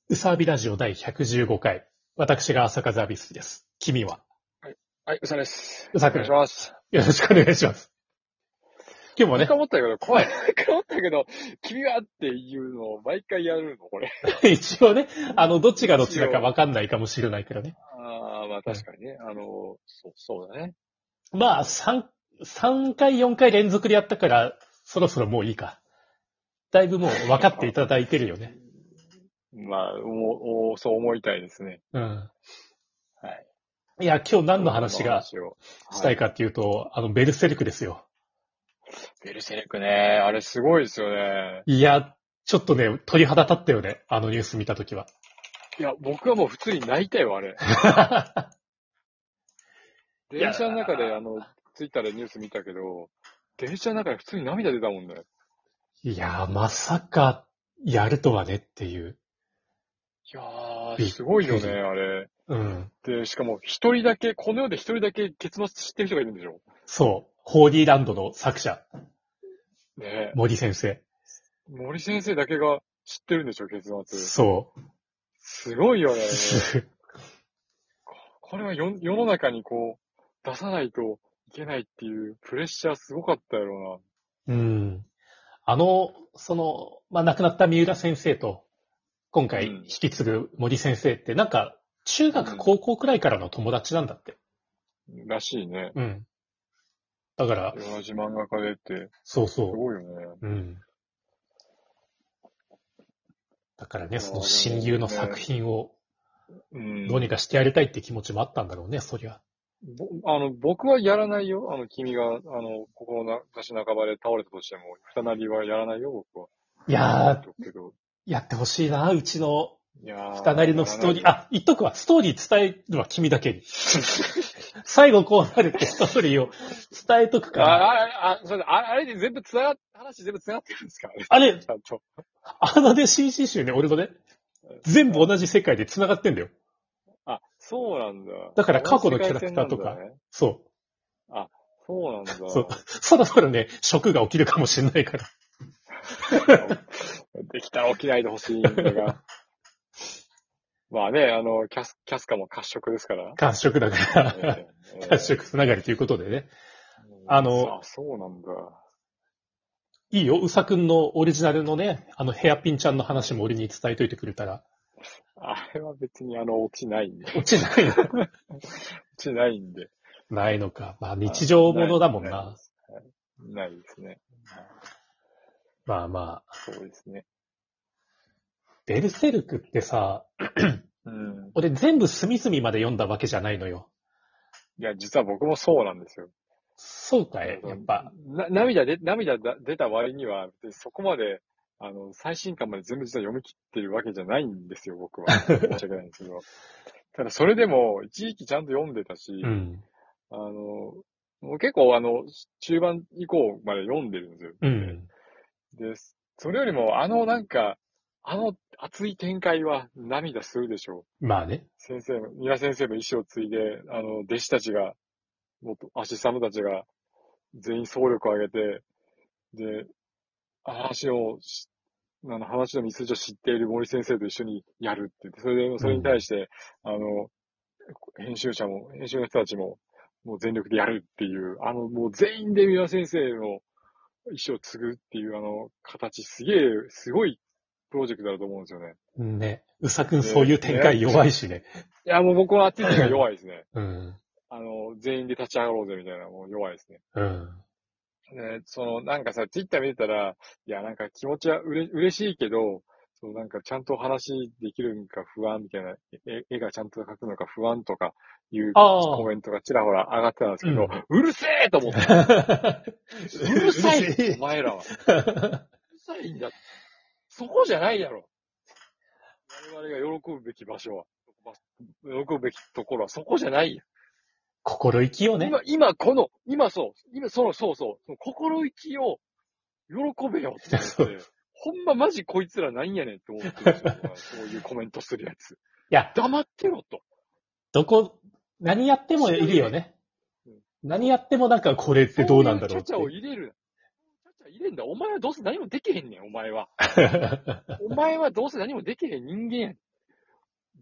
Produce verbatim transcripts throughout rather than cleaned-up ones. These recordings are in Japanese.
うさわびラジオ第ひゃくじゅうごかい。私が朝風アビスです。君ははい。はい、うさです。 うさくん。 お願いします。 よろしくお願いします。今日もね。 毎回思ったけど、怖い。毎回思ったけど、君はっていうのを毎回やるの、これ。 一応ね、あの、どっちがどっちだかわかんないかもしれないけどね。 ああ、まあ確かにね。あの、そう、そうだね。 まあ、三、三回、四回連続でやったから、そろそろもういいか。だいぶもう分かっていただいてるよね。 まあ、おおそう思いたいですね。 うん。 はい。 いや、今日何の話が話をしたいかっていうと、あの、ベルセルクですよ。 ベルセルクね。あれすごいですよね。 いや、ちょっとね、鳥肌立ったよね。あのニュース見たときは。 いや、僕はもう普通に泣いたよ、あれ。電車の中で、あの、ツイッターでニュース見たけど、電車の中で普通に涙出たもんね。 いや、まさか、やるとはねっていう。 いやー、すごいよね、あれ。 うん。 で、しかも一人だけ、この世で一人だけ結末知ってる人がいるんでしょ？ そう。ホーリーランドの作者。 ねえ。 森先生。 森先生だけが知ってるんでしょ、結末。 そう。 すごいよね。これは世世の中にこう、出さないといけないっていうプレッシャーすごかったやろうん。あの、その、まあ、亡くなった三浦先生と、今回引き継ぐ森先生って、なんか、中学、高校くらいからの友達なんだって。 うな。らしいね。 うん。だから、 同じ漫画家でって、 そうそう。 すごいよね。 うん。だからね、 いやその親友の作品をうん。 どうにかしてやりたいって気持ちもあったんだろうね、そりゃ。 ぼあの、僕はやらないよ。あの、君が、あの、心の差し半ばで倒れたとしても、二なりはやらないよ、僕は。 いやー、 言っとくけど。 やってほしいな、うちのいやー二なりのストーリー。 やらないよあ、言っとくわ。ストーリー伝えるわ、君だけに。最後こうなるってストーリーを伝えとくかあ、 ら。 あ、あ、それ、ああれで全部繋がっ、話全部繋がってるんですか？ あれ、 ちゃんと。 あのね、シーシー 集ね、俺のね、全部同じ世界で繋がってんだよ。 あ、そうなんだ。 だから過去のキャラクターとか、 同じ世界線なんだね。 そあ、そうなんだ。 う、そう、そろそろね、ショックが起きるかもしれないから。 できたら起きないでほしいんだが。まあね、あの、キャス、キャスカも褐色ですから。 褐色だから、 ええ褐色つながりということでね。 えあのあ、そうなんだ。 いいよ、うさくんのオリジナルのね、あのヘアピンちゃんの話も俺に伝えといてくれたら。 あれは別にあの、落ちないんで。 落ちないの落ちないんで。 ないのか。まあ日常ものだもんな。 ないです。はいないですね。 まあまあ。 そうですね。 ベルセルクってさ、 うん。 俺全部隅々まで読んだわけじゃないのよ。 いや、実は僕もそうなんですよ。 そうかい、やっぱ。 な、涙で、涙だ出た割には、そこまで、あの、最新刊まで全部実は読み切ってるわけじゃないんですよ、僕は。申し訳ないんですけど。ただ、それでも、一時期ちゃんと読んでたし、 うん。 あの、もう結構、あの、中盤以降まで読んでるんですよ。 うん。 で、それよりも、あの、なんか、あの熱い展開は涙するでしょう。 まあね。 先生の、宮先生の意思を継いで、あの、弟子たちが、もっと、アシスタントたちが、全員総力を上げて、で、話を、あの、話の道筋を知っている森先生と一緒にやるって言って、それで、それに対して、うん、あの、編集者も、編集の人たちも、もう全力でやるっていう、あの、もう全員で三輪先生の意思を継ぐっていう、あの、形、すげえ、すごいプロジェクトだと思うんですよね。 ね。うさくんそういう展開弱いしね。 いや、もう僕は熱い点が弱いですね。 うん。 あの、全員で立ち上がろうぜみたいな、もう弱いですね。 うん。 ね、その、なんかさ、ツイッター見てたら、いや、なんか気持ちはうれ、嬉しいけど、そう、なんかちゃんと話できるのか不安みたいな、絵絵がちゃんと描くのか不安とかいうコメントがちらほら上がってたんですけど、うん、うるせえと思った。うるさいお前らは。うるさいんだ。そこじゃないだろ。我々が喜ぶべき場所は、喜ぶべきところはそこじゃないよ。 心意気をね。 今、今この、今そう、今その、そうそう、その心意気を喜べよって思って、ほんまマジこいつらなんやねんって思ってるんですよ。そういうコメントするやつ。いや、 黙ってろと。 どこ、何やってもいるよね。うん、何やってもなんかこれってどうなんだろうって。 そういうチャチャを入れる。チャチャ入れんだ。お前はどうせ何もできへんねん、お前は。お前はどうせ何もできへん人間やん。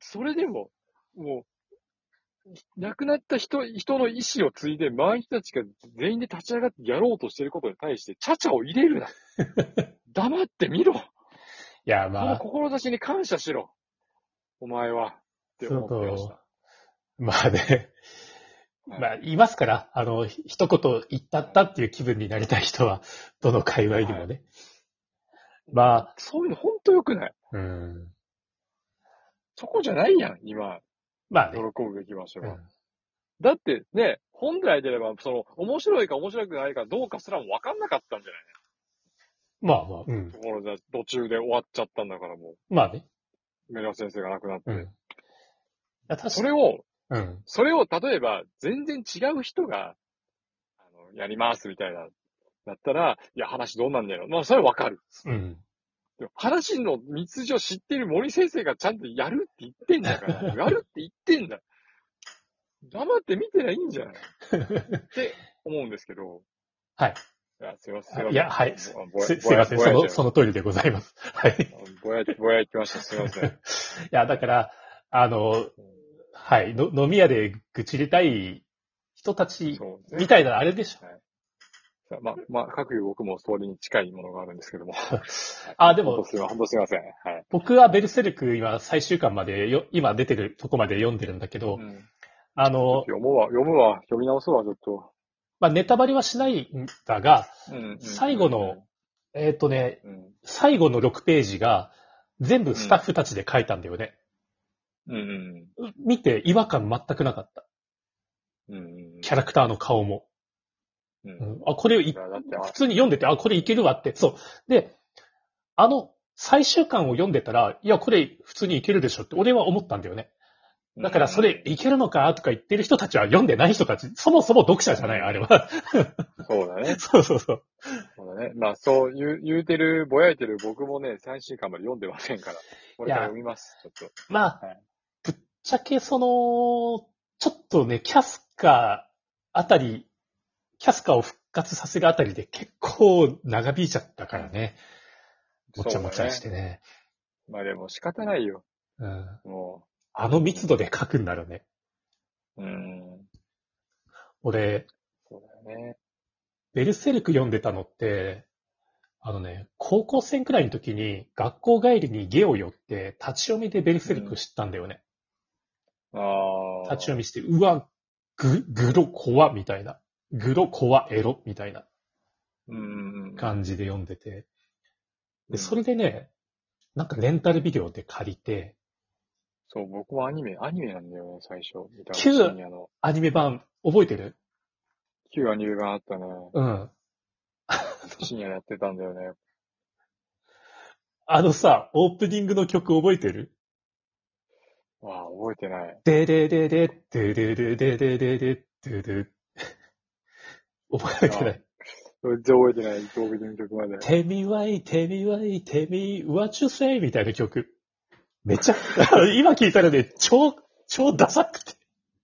それでも、もう、亡くなった人、人の意思を継いで、周りの人たちが全員で立ち上がってやろうとしていることに対して、ちゃちゃを入れるな。黙ってみろ。 いや、 そのまあ、 志に感謝しろ。お前は。ってそう思ってましとた。、 まあね、 はいまあ、言いますから、あの、ひ一言言ったったっていう気分になりたい人は、どの界隈にもね。まあ、 そういうのほんと良くない。 うん。 そこじゃないやん、今。 まあね。 喜ぶべき場所は。 うん、 だってね、本来であれば、その、面白いか面白くないかどうかすらも分かんなかったんじゃないまあまあ、うん。 ところで、途中で終わっちゃったんだからもまあね。 う、梅田先生が亡くなって。 うん。いや確かそれを、 うん。 それを例えば、全然違う人が、あの、やりますみたいな、だったら、いや、話どうなんだよ。まあ、それは分かる。 うん。 でも話の道筋を知ってる森先生がちゃんとやるって言ってんだから、やるって言ってんだ。黙って見てりゃいいんじゃないって思うんですけど。 はい。 いや、すいません。 いや、はい。 すす、 ぼやすいません。その、その。 の通りでございます。はい。 ぼや、ぼや行きました。すいません。 いや、だから、あの、はい。の飲み屋で愚痴りたい人たちそうですね。 みたいなあれでしょ。 はい。まあ、まあ、各有僕もそれに近いものがあるんですけども。 あ、でも本当すいません。本当すいません。はい。 僕はベルセルク今最終巻までよ、今出てるとこまで読んでるんだけど、 うん。 あの、 読むわ、読むわ、読み直すわ、ちょっと。 まあ、ネタバレはしないんだが、 うんうんうん、 最後の、えっとね、 うん最後のろくページが全部スタッフたちで書いたんだよね。 うんうん。 見て違和感全くなかった。 うんうん。 キャラクターの顔も。 うん。 うんあ、これいいやだってあ普通に読んでて、あ、これいけるわって。そう。で、あの、最終巻を読んでたら、いや、これ普通にいけるでしょって俺は思ったんだよね。だからそれいけるのかとか言ってる人たちは読んでない人たち、そもそも読者じゃない、あれは。 そうだね。 そうそうそう。 そうだね。まあ、そう言う、言うてる、ぼやいてる僕もね、最新巻まで読んでませんから。これから読みます、ちょっと。 まあ、 はいぶっちゃけその、ちょっとね、キャスカあたり、キャスカを復活させるあたりで結構長引いちゃったからね。もちゃもちゃしてね。 まあでも仕方ないよ。 うん、 もあの密度で書くんだろうね。 う。うん。 俺、 そうだよね。 ベルセルク読んでたのって、あのね、高校生くらいの時に学校帰りにゲオ寄って立ち読みでベルセルク知ったんだよね。 うん、ああ。 立ち読みして、うわ、ぐ、グロ怖みたいな。グロ怖エロみたいな感じで読んでて。で、それでね、なんかレンタルビデオで借りて。 そう、僕もアニメ、アニメなんだよね、最初。 旧アニメ版、覚えてる？ 旧アニメ版あったね。 うん。 深夜やってたんだよね。 あのさ、オープニングの曲覚えてる？ わあ、覚えてない。 でででで、ででででででででで。覚えてない。 全然覚えてない、オープニングの曲まで。 Tell me why, tell me why, tell me what you say みたいな曲。めっちゃ、今聞いたらね、超、超ダサくて。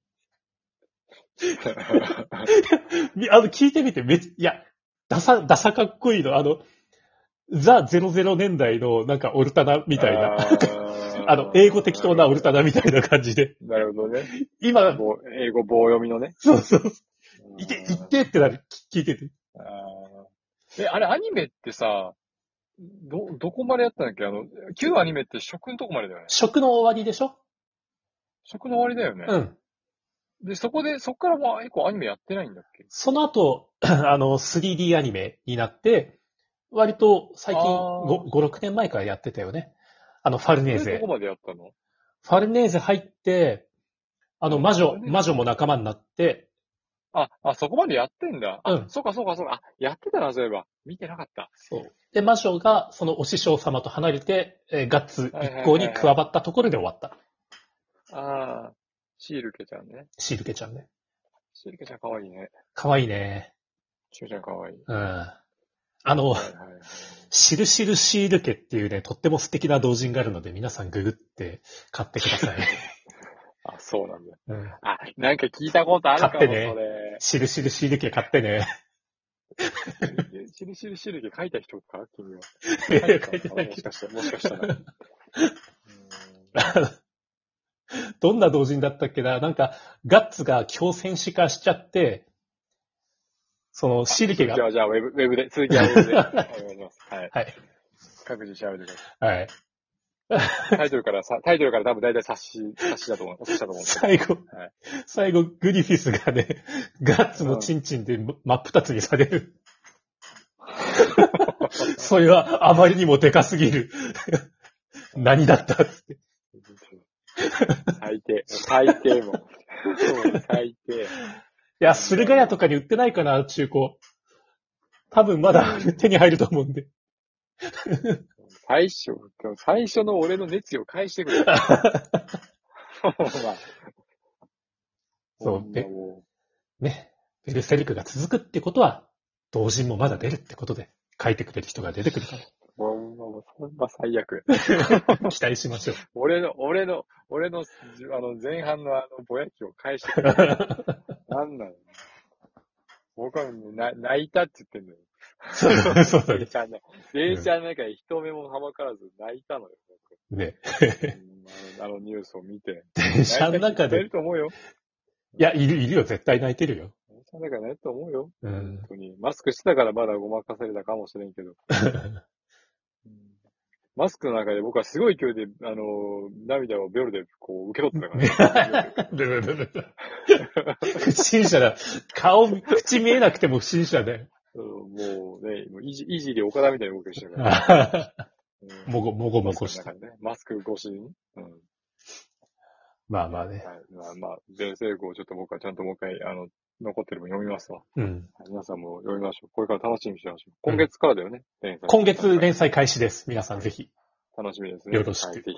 あの、聞いてみて、めっちゃ、いや、ダサ、ダサかっこいいの。あの、ザ・ゼロゼロ年代のなんかオルタナみたいな。あの、英語適当なオルタナみたいな感じで。 なるほどね。 今、 英語棒読みのね。 そうそう。いて、いってってなる、聞いてて。 あえ、あれアニメってさ、ど、どこまでやったんだっけ？あの、旧アニメって食のとこまでだよね。 食の終わりでしょ？ 食の終わりだよね。うん。で、そこで、そこからもう一個アニメやってないんだっけ？ その後、あの、スリーディー アニメになって、割と最近ご、ろくねんまえからやってたよね。あの、ファルネーゼ。 どこまでやったの？ ファルネーゼ入って、あの、魔女、魔女も仲間になって、 あ、あ、そこまでやってんだ。あ、 うん。 そうかそうかそうか。あ、やってたな、そういえば。見てなかった。 そう。で、魔女が、そのお師匠様と離れて、えーガッツ一行に加わったところで終わった。 ああ、シールケちゃんね。 シールケちゃんね。 シールケちゃんかわいいね。 かわいいね。 シールケちゃんかわいい。 うん。あの、はいはいはい、シルシルシールケっていうね、とっても素敵な同人があるので、皆さんググって買ってください。 あ、そうなんだ。 うん。 あ、なんか聞いたことあるかも、買ってね、それ。 シルシルシールケ買ってね。 シルシルシルケ書いた人か君は。 書いてない。 もしかしたら、もしかしたら。 どんな同人だったっけな、なんか、ガッツが強戦士化しちゃって、その、シルケが。 じゃあ、じゃあ、ウェブ、ウェブで、続きはウェブで。お願いします。はい。 はい。 各自調べてくださはい。 い。タイトルからさ、タイトルから多分大体冊子、冊子だと思う。冊子だと思うんです最後、 はい、 最後、グリフィスがね、ガッツのチンチンで真っ二つにされる。それはあまりにもでかすぎる。何だったっつって。 最低。最低も。最低。 いや、駿河屋とかに売ってないかな、中古。多分まだ手に入ると思うんで。 最初、最初の俺の熱意を返してくれ。まあ、 そう、で、ね、ベルセルクが続くってことは、同人もまだ出るってことで、書いてくれる人が出てくるから。 もう、もう、そんな最悪。 期待しましょう。 俺の、俺の、俺の、あの、前半のあの、ぼやきを返してくれ。なんなの僕は泣いたって言ってんのよ。 そうだね。そうだね。電車の中で人目もはばからず泣いたのよ。 ね。 あのニュースを見て。 電車の中で。 泣いてると思うよ。 いや、いる、いるよ。絶対泣いてるよ。 電車の中で泣いてると思うよ。 うん。 本当に。マスクしてたからまだごまかされたかもしれんけど。マスクの中で僕はすごい勢いで、あの、涙をベロでこう受け取ってたから、ね。 不審者だ。顔、口見えなくても不審者だよ。 もうね、もういじ、いじり岡田みたいな動きしてるから、 ね。もご、もごもごして。 ね、マスク越しに。うん、 まあまあね。 はい、まあまあ、全成功をちょっと僕はちゃんともう一回、あの、残ってるも読みますわ。 うん。 皆さんも読みましょう。これから楽しみにしてましょう。今月からだよね。 うん、連載今月連載開始です。皆さんぜひ。 楽しみですね。 よろしく。 はい